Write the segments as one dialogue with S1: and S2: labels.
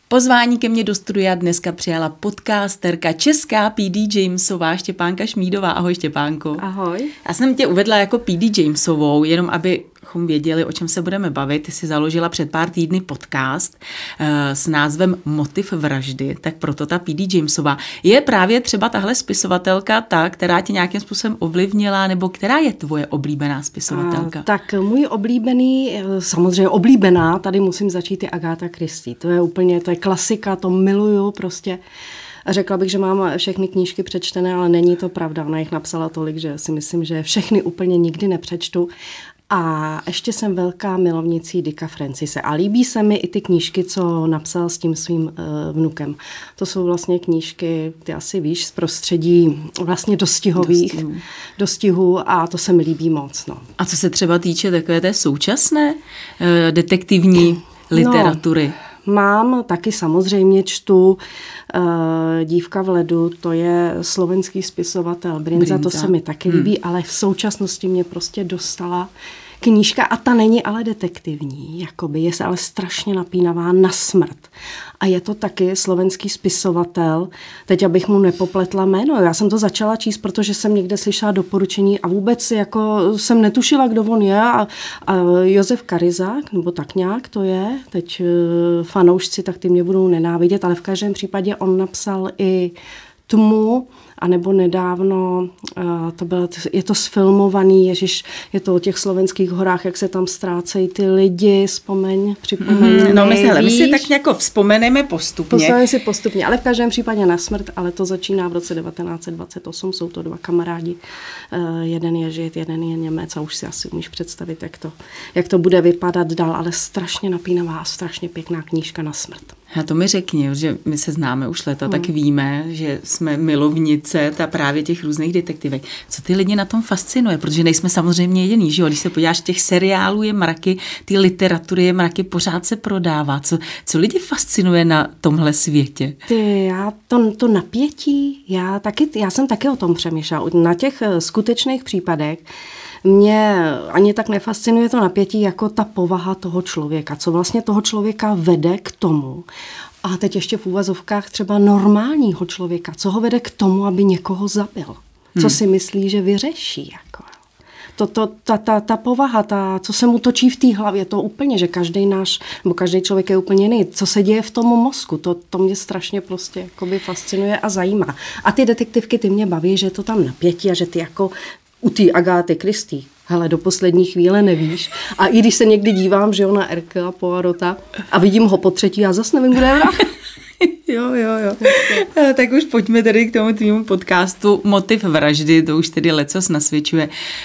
S1: Pozvání ke mně do studia dneska přijala podcasterka česká PD Jamesová, Štěpánka Šmídová. Ahoj Štěpánko.
S2: Ahoj.
S1: Já jsem tě uvedla jako PD Jamesovou, jenom abychom věděli, o čem se budeme bavit. Ty jsi založila před pár týdny podcast s názvem Motiv vraždy, tak proto ta PD Jamesová. Je právě třeba tahle spisovatelka ta, která tě nějakým způsobem ovlivnila, nebo která je tvoje oblíbená spisovatelka?
S2: Tak můj oblíbený, samozřejmě oblíbená, tady musím začít, je Agatha Christie. To je klasika, to miluju prostě. Řekla bych, že mám všechny knížky přečtené, ale není to pravda. Ona jich napsala tolik, že si myslím, že všechny úplně nikdy nepřečtu. A ještě jsem velká milovnicí Dicka Francise. A líbí se mi i ty knížky, co napsal s tím svým vnukem. To jsou vlastně knížky, ty asi víš, z prostředí vlastně dostihu a to se mi líbí moc. No.
S1: A co se třeba týče takové té současné detektivní literatury?
S2: Mám, taky samozřejmě čtu Dívka v ledu, to je slovenský spisovatel Brinza, to se mi taky líbí, ale v současnosti mě prostě dostala knížka a ta není ale detektivní, jakoby je ale strašně napínavá na smrt. A je to taky slovenský spisovatel, teď abych mu nepopletla jméno, já jsem to začala číst, protože jsem někde slyšela doporučení a vůbec jako jsem netušila, kdo on je a Josef Karizák, nebo tak nějak to je, teď fanoušci, tak ty mě budou nenávidět, ale v každém případě on napsal i Tmu, anebo nedávno, je to sfilmovaný, ježiš, je to o těch slovenských horách, jak se tam ztrácejí ty lidi, připomeň.
S1: No my si tak jako vzpomeneme postupně.
S2: Vzpomeneme si postupně, ale v každém případě na smrt, ale to začíná v roce 1928, jsou to dva kamarádi, jeden je Žid, jeden je Němec a už si asi umíš představit, jak to bude vypadat dál, ale strašně napínavá a strašně pěkná knížka na smrt.
S1: A to mi řekni, že my se známe už leta, tak víme, že jsme milovnice právě těch různých detektivek. Co ty lidi na tom fascinuje? Protože nejsme samozřejmě jediný, že jo? Když se podíváš, těch seriálů je mraky, ty literatury je mraky, pořád se prodává. Co lidi fascinuje na tomhle světě?
S2: To napětí, já jsem taky o tom přemýšlela. Na těch skutečných případech mě ani tak nefascinuje to napětí jako ta povaha toho člověka, co vlastně toho člověka vede k tomu. A teď ještě v úvazovkách třeba normálního člověka, co ho vede k tomu, aby někoho zabil. Co si myslí, že vyřeší. Jako. Ta povaha, co se mu točí v té hlavě, to úplně, že každý člověk je úplně jiný. Co se děje v tom mozku, to mě strašně prostě jakoby fascinuje a zajímá. A ty detektivky, ty mě baví, že je to tam napětí a že ty jako u té Agáty Christie, hele, do poslední chvíle nevíš. A i když se někdy dívám, že na Hercula Poirota a vidím ho po třetí, já zase nevím, kde je vrah.
S1: Jo. Tak už pojďme tedy k tomu tvýmu podcastu Motiv vraždy, to už tedy lecos nasvědčuje.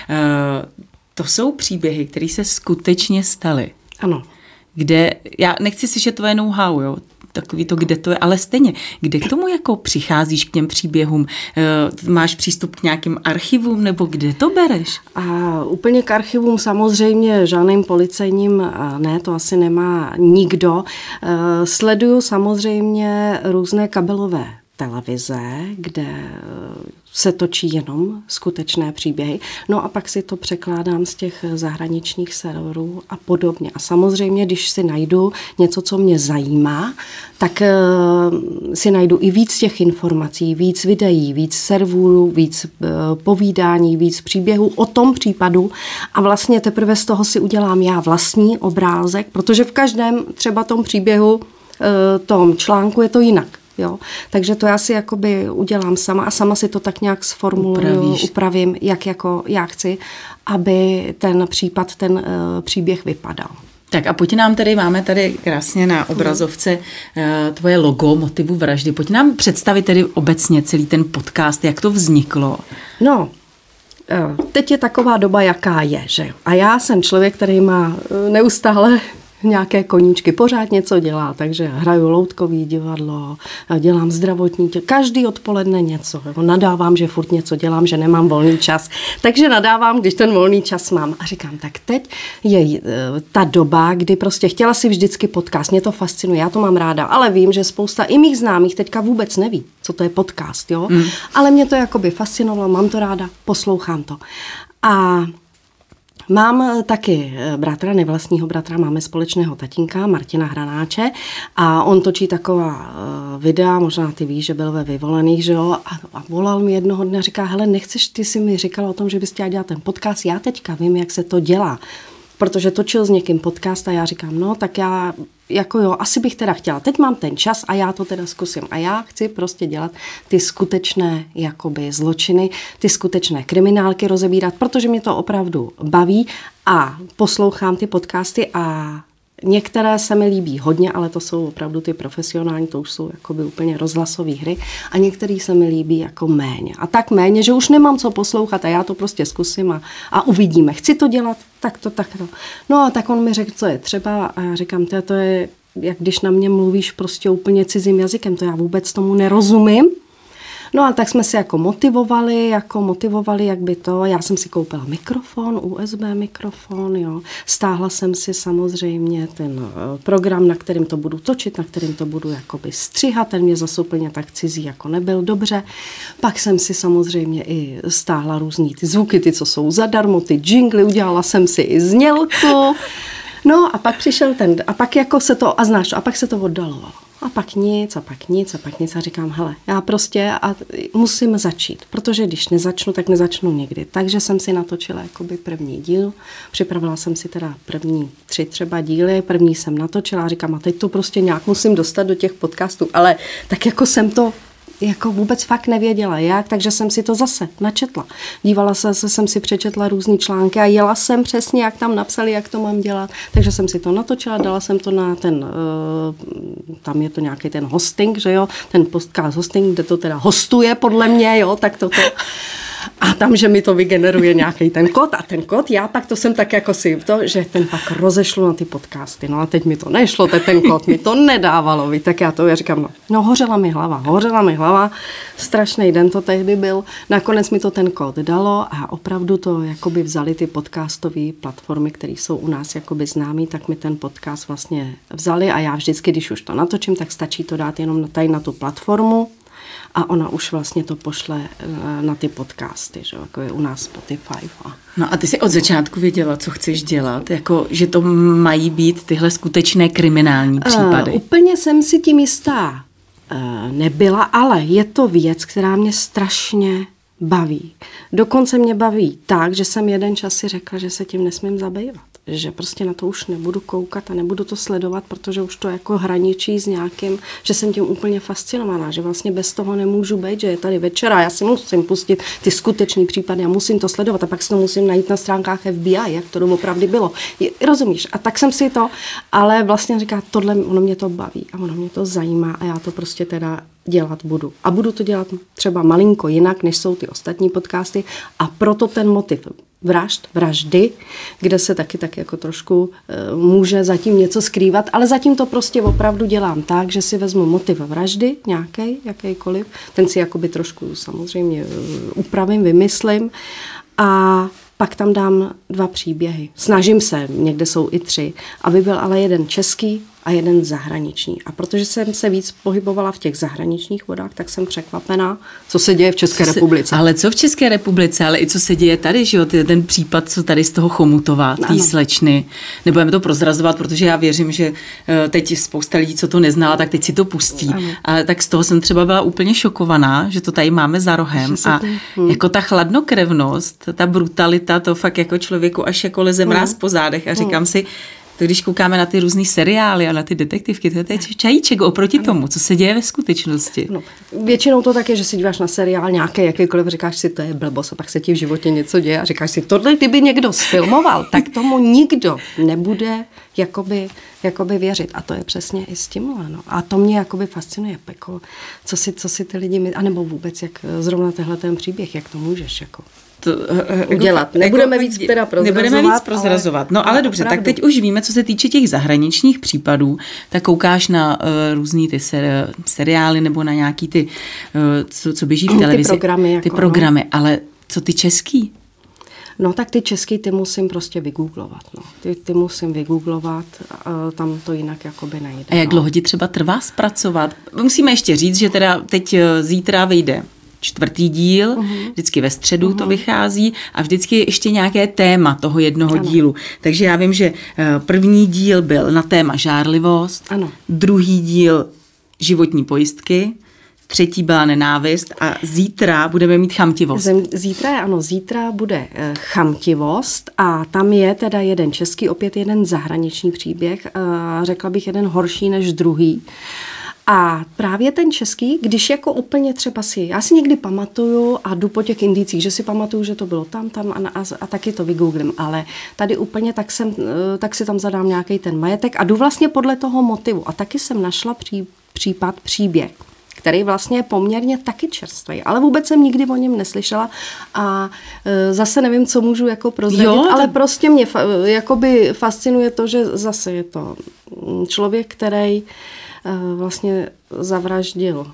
S1: To jsou příběhy, které se skutečně staly.
S2: Ano.
S1: Kde, já nechci slyšet tvoje know-how, jo, takový to, kde to je, ale stejně, kde k tomu jako přicházíš k těm příběhům? Máš přístup k nějakým archivům, nebo kde to bereš?
S2: A úplně k archivům samozřejmě žádným policejním, ne, to asi nemá nikdo. Sleduju samozřejmě různé kabelové televize, kde se točí jenom skutečné příběhy. No a pak si to překládám z těch zahraničních serverů a podobně. A samozřejmě, když si najdu něco, co mě zajímá, tak si najdu i víc těch informací, víc videí, víc serverů, víc povídání, víc příběhů o tom případu a vlastně teprve z toho si udělám já vlastní obrázek, protože v každém třeba tom příběhu, tom článku je to jinak. Jo? Takže to já si jakoby udělám sama a sama si to tak nějak sformuluju, upravím, jak jako já chci, aby ten případ, ten příběh vypadal.
S1: Tak a pojď nám tady, máme tady krásně na obrazovce tvoje logo Motivu vraždy. Pojď nám představit tedy obecně celý ten podcast, jak to vzniklo.
S2: No, teď je taková doba, jaká je, že? A já jsem člověk, který má neustále nějaké koníčky, pořád něco dělá, takže hraju loutkový divadlo, dělám zdravotní, každý odpoledne něco. Nadávám, že furt něco dělám, že nemám volný čas. Takže nadávám, když ten volný čas mám. A říkám, tak teď je ta doba, kdy prostě chtěla si vždycky podcast. Mě to fascinuje, já to mám ráda, ale vím, že spousta i mých známých teďka vůbec neví, co to je podcast, jo? Ale mě to jakoby fascinovalo, mám to ráda, poslouchám to. A Mám taky bratra, nevlastního bratra, máme společného tatínka Martina Hranáče a on točí taková videa, možná ty víš, že byl ve Vyvolených, že jo, a volal mi jednoho dne a říká, hele, nechceš, ty si mi říkala o tom, že bys chtěla dělat ten podcast, já teďka vím, jak se to dělá, protože točil s někým podcast a já říkám, no tak já jako jo, asi bych teda chtěla, teď mám ten čas a já to teda zkusím a já chci prostě dělat ty skutečné jakoby zločiny, ty skutečné kriminálky rozebírat, protože mě to opravdu baví a poslouchám ty podcasty a některé se mi líbí hodně, ale to jsou opravdu ty profesionální, to už jsou jakoby úplně rozhlasové hry a některý se mi líbí jako méně. A tak méně, že už nemám co poslouchat a já to prostě zkusím a uvidíme. Chci to dělat, tak to. No a tak on mi řekl, co je třeba a já říkám, to je, jak když na mě mluvíš prostě úplně cizím jazykem, to já vůbec tomu nerozumím. No a tak jsme se jako motivovali, jak by to, já jsem si koupila mikrofon, USB mikrofon, jo. Stáhla jsem si samozřejmě ten program, na kterým to budu točit, na kterým to budu jakoby stříhat, ten mě zase úplně tak cizí jako nebyl, dobře. Pak jsem si samozřejmě i stáhla různý ty zvuky, ty, co jsou zadarmo, ty jingly, udělala jsem si i znělku. No a pak přišel a pak jako se to, a znáš to, a pak se to oddalovalo. A pak nic a říkám, hele, já prostě musím začít, protože když nezačnu, tak nezačnu nikdy. Takže jsem si natočila jakoby první díl, připravila jsem si teda první 3 třeba díly, první jsem natočila a říkám, a teď to prostě nějak musím dostat do těch podcastů, ale tak jako jsem to jako vůbec fakt nevěděla jak, takže jsem si to zase načetla. Dívala jsem si přečetla různý články a jela jsem přesně, jak tam napsali, jak to mám dělat, takže jsem si to natočila, dala jsem to na ten, tam je to nějaký ten hosting, že jo, ten podcast hosting, kde to teda hostuje podle mě, jo, tak to. A tam, že mi to vygeneruje nějaký ten kód a ten kód, já pak to jsem tak jako si to, že ten pak rozešlu na ty podcasty. No a teď mi to nešlo, ten kód mi to nedávalo, tak já říkám, no hořela mi hlava, strašný den to tehdy byl, nakonec mi to ten kód dalo a opravdu to jakoby vzali ty podcastové platformy, které jsou u nás jakoby známý, tak mi ten podcast vlastně vzali a já vždycky, když už to natočím, tak stačí to dát jenom tady na tu platformu, a ona už vlastně to pošle na ty podcasty, že? Jako je u nás Spotify.
S1: No a ty jsi od začátku věděla, co chceš dělat, jako, že to mají být tyhle skutečné kriminální případy?
S2: Úplně jsem si tím jistá nebyla, ale je to věc, která mě strašně baví. Dokonce mě baví tak, že jsem jeden čas si řekla, že se tím nesmím zabývat. Že prostě na to už nebudu koukat a nebudu to sledovat, protože už to jako hraničí s nějakým, že jsem tím úplně fascinovaná, že vlastně bez toho nemůžu být, že je tady večer a já si musím pustit ty skutečný případy a musím to sledovat a pak si to musím najít na stránkách FBI, jak to doopravdy bylo. Rozumíš? A tak jsem si to, ale vlastně říká, tohle, ono mě to baví a ono mě to zajímá a já to prostě teda dělat budu. A budu to dělat třeba malinko jinak, než jsou ty ostatní podcasty a proto ten motiv vraždy, kde se taky tak jako trošku může zatím něco skrývat, ale zatím to prostě opravdu dělám tak, že si vezmu motiv vraždy, jakýkoliv, ten si jakoby trošku samozřejmě upravím, vymyslím a pak tam dám 2 příběhy. Snažím se, někde jsou i 3, aby byl ale jeden český a jeden zahraniční. A protože jsem se víc pohybovala v těch zahraničních vodách, tak jsem překvapená, co se děje v České republice.
S1: Ale co v České republice, ale i co se děje tady, že jo, ten případ, co tady z toho Chomutova, té slečny. Nebudeme to prozrazovat, protože já věřím, že teď spousta lidí, co to neznala, tak teď si to pustí. Ale tak z toho jsem třeba byla úplně šokovaná, že to tady máme za rohem. A jako ta chladnokrevnost, ta brutalita, to fakt jako člověku až jako leze mráz po zádech a říkám si, to když koukáme na ty různý seriály a na ty detektivky, to je čajíček oproti tomu, co se děje ve skutečnosti.
S2: No, většinou to tak je, že si díváš na seriál nějaký, jakýkoliv, říkáš si, to je blbost a pak se ti v životě něco děje a říkáš si, tohle kdyby někdo sfilmoval, tak tomu nikdo nebude jakoby věřit. A to je přesně i s tímhle. No. A to mě jakoby fascinuje, jako, co si ty lidi myslí, anebo vůbec, jak zrovna tenhle ten příběh, jak to můžeš jako udělat. Nebudeme víc teda prozrazovat.
S1: No ale dobře, tak teď už víme, co se týče těch zahraničních případů, tak koukáš na různý ty seriály nebo na nějaký ty, co běží v televizi.
S2: Ty
S1: programy, ale co ty český?
S2: No tak ty český, ty musím prostě vygooglovat. No. Ty musím vygooglovat, tam to jinak jakoby nejde.
S1: A jak dlouho ti třeba trvá zpracovat? Musíme ještě říct, že teda teď zítra vyjde 4. díl, vždycky ve středu to vychází a vždycky je ještě nějaké téma toho jednoho dílu. Takže já vím, že 1. díl byl na téma žárlivost, 2. díl životní pojistky, 3. byla nenávist a zítra budeme mít chamtivost.
S2: Zítra bude chamtivost a tam je teda jeden český, opět jeden zahraniční příběh, řekla bych jeden horší než druhý. A právě ten český, když jako úplně třeba já si někdy pamatuju a jdu po těch indicích, že si pamatuju, že to bylo tam a taky to vygooglím, ale tady úplně tak si tam zadám nějaký ten majetek a jdu vlastně podle toho motivu. A taky jsem našla příběh, který vlastně je poměrně taky čerstvý, ale vůbec jsem nikdy o něm neslyšela a zase nevím, co můžu jako prozradit, ale prostě mě jakoby fascinuje to, že zase je to člověk, který vlastně zavraždil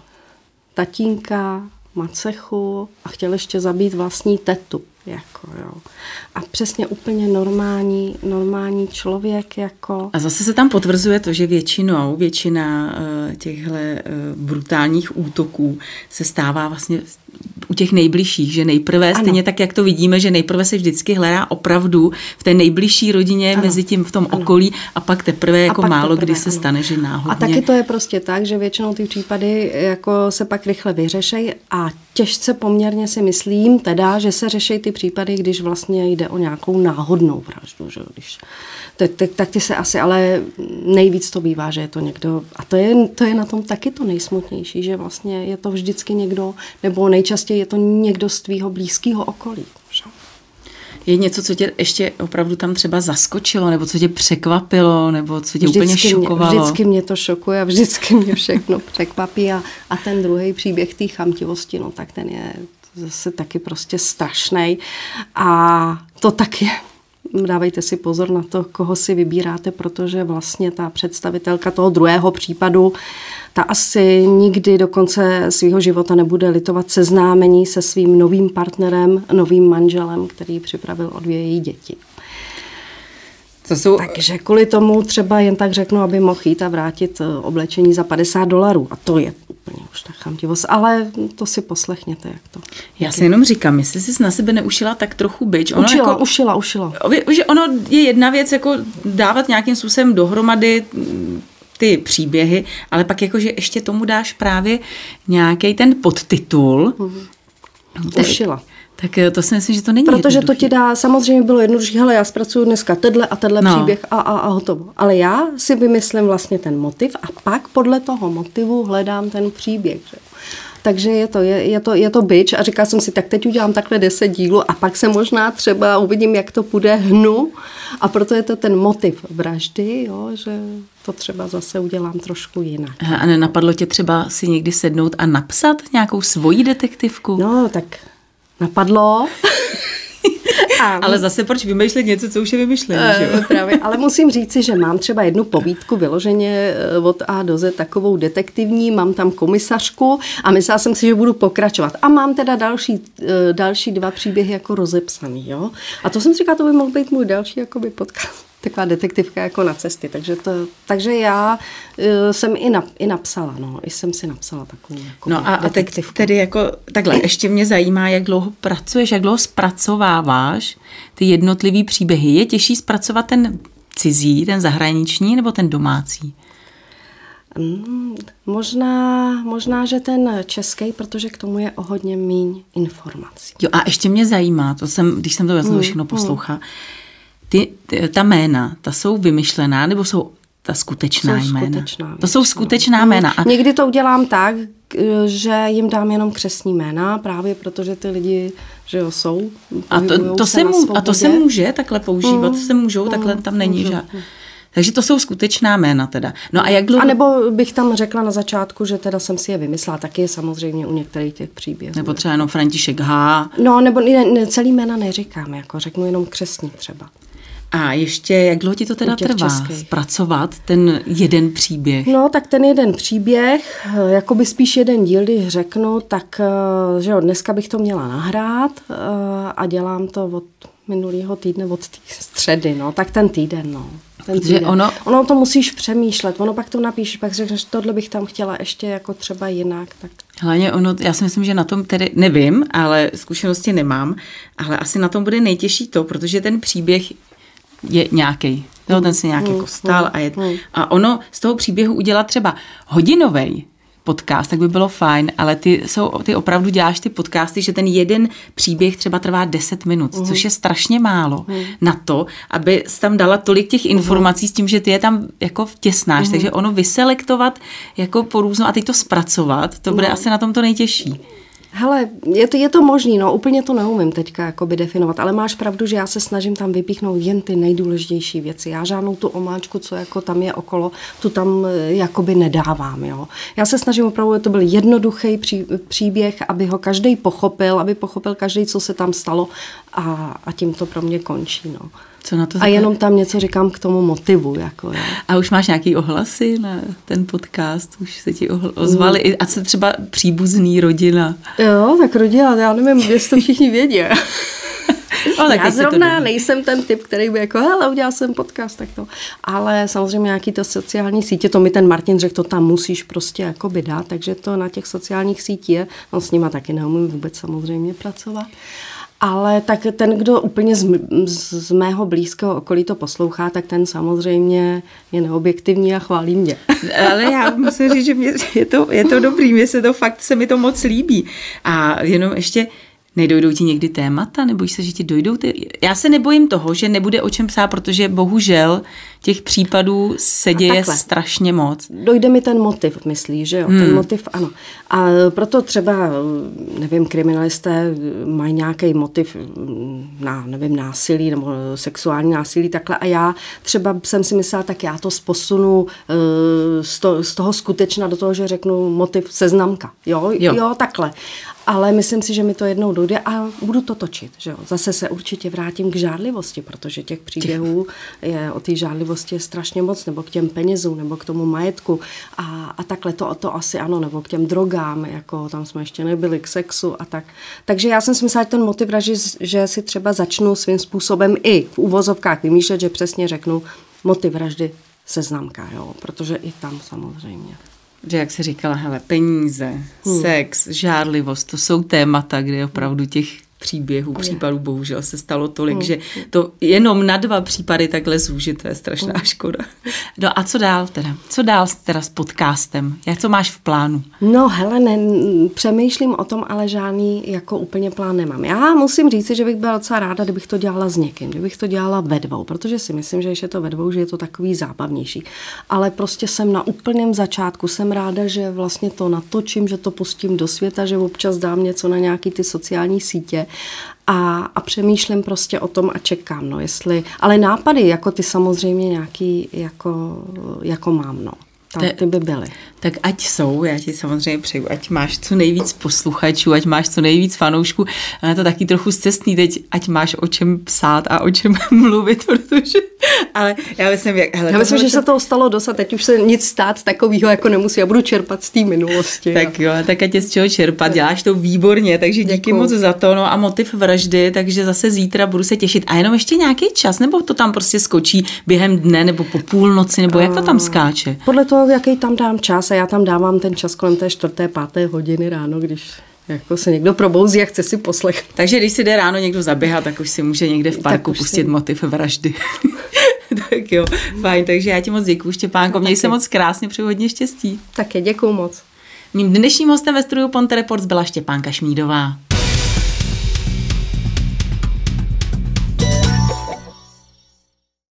S2: tatínka, macechu a chtěl ještě zabít vlastní tetu. Jako, jo. A přesně úplně normální člověk. Jako.
S1: A zase se tam potvrzuje to, že většina těchto brutálních útoků se stává vlastně u těch nejbližších, že nejprve, stejně tak, jak to vidíme, že nejprve se vždycky hledá opravdu v té nejbližší rodině, mezi tím v tom okolí a pak teprve jako málo kdy se stane, že náhodně.
S2: A taky to je prostě tak, že většinou ty případy jako se pak rychle vyřešejí a těžce poměrně si myslím teda, že se řeší ty případy, když vlastně jde o nějakou náhodnou vraždu, že když tak ty se asi, ale nejvíc to bývá, že je to někdo, a to je na tom taky to nejsmutnější, že vlastně je to vždycky někdo, nebo nejčastěji je to někdo z tvýho blízkého okolí. Že?
S1: Je něco, co tě ještě opravdu tam třeba zaskočilo, nebo co tě překvapilo, nebo co tě úplně šokovalo?
S2: Vždycky mě to šokuje a vždycky mě všechno překvapí a ten druhý příběh té chamtivosti, no tak ten je zase taky prostě strašnej a to taky dávejte si pozor na to, koho si vybíráte, protože vlastně ta představitelka toho druhého případu, ta asi nikdy do konce svého života nebude litovat seznámení se svým novým partnerem, novým manželem, který připravil o 2 její děti. Takže kvůli tomu třeba jen tak řeknu, aby mohl jít a vrátit oblečení za $50. A to je úplně už ta chamtivost. Ale to si poslechněte, jak to.
S1: Já si jenom říkám, jestli jsi na sebe neušila tak trochu bič.
S2: Ušila.
S1: Že ono je jedna věc, jako dávat nějakým způsobem dohromady ty příběhy, ale pak jakože ještě tomu dáš právě nějaký ten podtitul.
S2: Ušila.
S1: Tak to si myslím, že to není
S2: protože jednoduchý. To ti dá, samozřejmě bylo jednoduché, hele, já zpracuju dneska tenhle příběh a hotovo. Ale já si vymyslím vlastně ten motiv a pak podle toho motivu hledám ten příběh. Že? Takže je to bič a říkala jsem si, tak teď udělám takhle 10 dílů a pak se možná třeba uvidím, jak to půjde hnu a proto je to ten motiv vraždy, jo, že to třeba zase udělám trošku jinak.
S1: A nenapadlo tě třeba si někdy sednout a napsat nějakou svoji detektivku?
S2: No, tak napadlo.
S1: Ale zase proč vymýšlet něco, co už je vymyšlené, že jo?
S2: Právě, ale musím říci, že mám třeba jednu povídku vyloženě od A do Z takovou detektivní, mám tam komisařku a myslela jsem si, že budu pokračovat. A mám teda další 2 příběhy jako rozepsaný, jo? A to jsem říkala, to by mohl být můj další jakoby podcast. Taková detektivka jako na cesty. Takže já jsem i napsala, jsem si napsala takovou jako detektivku.
S1: A teď tedy jako takhle, ještě mě zajímá, jak dlouho pracuješ, jak dlouho zpracováváš ty jednotlivý příběhy. Je těžší zpracovat ten cizí, ten zahraniční, nebo ten domácí?
S2: Možná, že ten český, protože k tomu je o hodně míň informací.
S1: Jo, a ještě mě zajímá, když jsem to všechno poslouchala, ta jména, ta jsou vymyšlená, nebo jsou ta skutečná jména? To jsou skutečná jména. A
S2: někdy to udělám tak, že jim dám jenom křestní jména, právě protože ty lidi, že jo, jsou.
S1: A to se může takhle používat, takhle tam není žádný. Takže to jsou skutečná jména teda. No a jak dlouho...
S2: A nebo bych tam řekla na začátku, že teda jsem si je vymyslela, taky samozřejmě u některých těch příběhů.
S1: Nebo třeba jenom František H.
S2: No, nebo celý jména neříkám, jako řeknu jenom křestní třeba.
S1: A ještě, jak dlouho ti to teda trvá zpracovat ten jeden příběh?
S2: No, tak ten jeden příběh, jakoby spíš jeden díl, když řeknu, tak že jo, dneska bych to měla nahrát a dělám to od minulého týdne, od té středy, no, tak ten týden, no.
S1: Protože
S2: ono to musíš přemýšlet, ono pak to napíšeš, pak řekneš, tohle bych tam chtěla ještě jako třeba jinak. Tak.
S1: Hlavně já si myslím, že na tom tedy nevím, ale zkušenosti nemám, ale asi na tom bude nejtěžší to, protože ten příběh je nějaký. Ten se nějak jako stal a ono z toho příběhu udělat třeba hodinovej podcast, tak by bylo fajn, ale ty opravdu děláš ty podcasty, že ten jeden příběh třeba trvá 10 minut, což je strašně málo na to, aby jsi tam dala tolik těch informací s tím, že ty je tam jako vtěsnáš, takže ono vyselektovat jako po různou a teď to zpracovat, to bude asi na tom to nejtěžší.
S2: Hele, je to možný, no, úplně to neumím teďka jakoby definovat, ale máš pravdu, že já se snažím tam vypíchnout jen ty nejdůležitější věci. Já žádnou tu omáčku, co jako tam je okolo, tu tam jakoby nedávám, jo. Já se snažím opravdu, aby to byl jednoduchý příběh, aby ho každý pochopil, aby pochopil každý, co se tam stalo a tím to pro mě končí, no.
S1: Co na to
S2: a jenom tam něco říkám k tomu motivu. Jako, jo.
S1: A už máš nějaký ohlasy na ten podcast? Už se ti ozvali? A co třeba příbuzný rodina?
S2: Jo, tak rodina, já nevím, jestli to všichni vědí. Já zrovna nejsem ten typ, který by jako, hele, udělal jsem podcast, tak to. Ale samozřejmě nějaký to sociální sítě, to mi ten Martin řekl, to tam musíš prostě jakoby dát, takže to na těch sociálních sítích je, no s nima taky neumím vůbec samozřejmě pracovat. Ale tak ten, kdo úplně z mého blízkého okolí to poslouchá, tak ten samozřejmě je neobjektivní a chválí mě.
S1: Ale já musím říct, že je to dobrý, se mi to moc líbí. A jenom ještě nedojdou ti někdy témata, nebojíš se, že ti dojdou Já se nebojím toho, že nebude o čem psát, protože bohužel těch případů se děje strašně moc.
S2: Dojde mi ten motiv, myslíš, že jo? Ten motiv, ano. A proto třeba, nevím, kriminalisté mají nějaký motiv na, nevím, násilí nebo sexuální násilí, takhle. A já třeba jsem si myslela, tak já to posunu z toho skutečna do toho, že řeknu motiv seznamka. Jo, takhle. Ale myslím si, že mi to jednou dojde a budu to točit. Že jo? Zase se určitě vrátím k žárlivosti, protože těch příběhů je o té žárlivosti je strašně moc, nebo k těm penězům, nebo k tomu majetku a takhle to asi ano, nebo k těm drogám, jako tam jsme ještě nebyli, k sexu a tak. Takže já jsem si myslela, že ten motiv vraždy, že si třeba začnu svým způsobem i v uvozovkách vymýšlet, že přesně řeknu motiv vraždy seznamka, jo? Protože i tam samozřejmě.
S1: Že jak jsi říkala, hele, peníze, sex, žárlivost, to jsou témata, kde opravdu těch případů bohužel se stalo tolik, že to jenom na 2 případy takhle zúžit, to je strašná škoda. No a co dál teda? Co dál teda s podcastem? Jak to máš v plánu?
S2: No hele, přemýšlím o tom, ale žádný jako úplně plán nemám. Já musím říct, že bych byla docela ráda, kdybych to dělala s někým, kdybych to dělala ve 2, protože si myslím, že když je to ve 2, že je to takový zábavnější. Ale prostě jsem na úplném začátku, jsem ráda, že vlastně to natočím, že to pustím do světa, že občas dám něco na nějaký ty sociální sítě. A přemýšlím prostě o tom a čekám, no, ale nápady, jako ty samozřejmě nějaký, jako mám, no. Ty by byly.
S1: Tak ať jsou, já ti samozřejmě přeju, ať máš co nejvíc posluchačů, ať máš co nejvíc fanoušků, ale je to taky trochu zcestný teď, ať máš o čem psát a o čem mluvit, protože, ale já myslím,
S2: že se toho stalo dosa, teď už se nic stát takového jako nemusí, já budu čerpat z té minulosti.
S1: Tak jo, tak ať je z čeho čerpat, děláš to výborně, takže díky moc za to, no a motiv vraždy, takže zase zítra budu se těšit. A jenom ještě nějaký čas, nebo to tam prostě skočí během dne, nebo po půlnoci, nebo jak to tam skáče?
S2: Podle toho, jaký tam dám čas a já tam dávám ten čas kolem té 4., 5. hodiny ráno, když jako se někdo probouzí a chce si poslechnout.
S1: Takže když si jde ráno někdo zaběhat, tak už si může někde v parku pustit motiv vraždy. Tak jo, fajn, takže já ti moc děkuju, Štěpánko, měj se moc krásně, přeju hodně štěstí.
S2: Taky děkuju moc.
S1: Mým dnešním hostem ve studiu Ponte Reports byla Štěpánka Šmídová.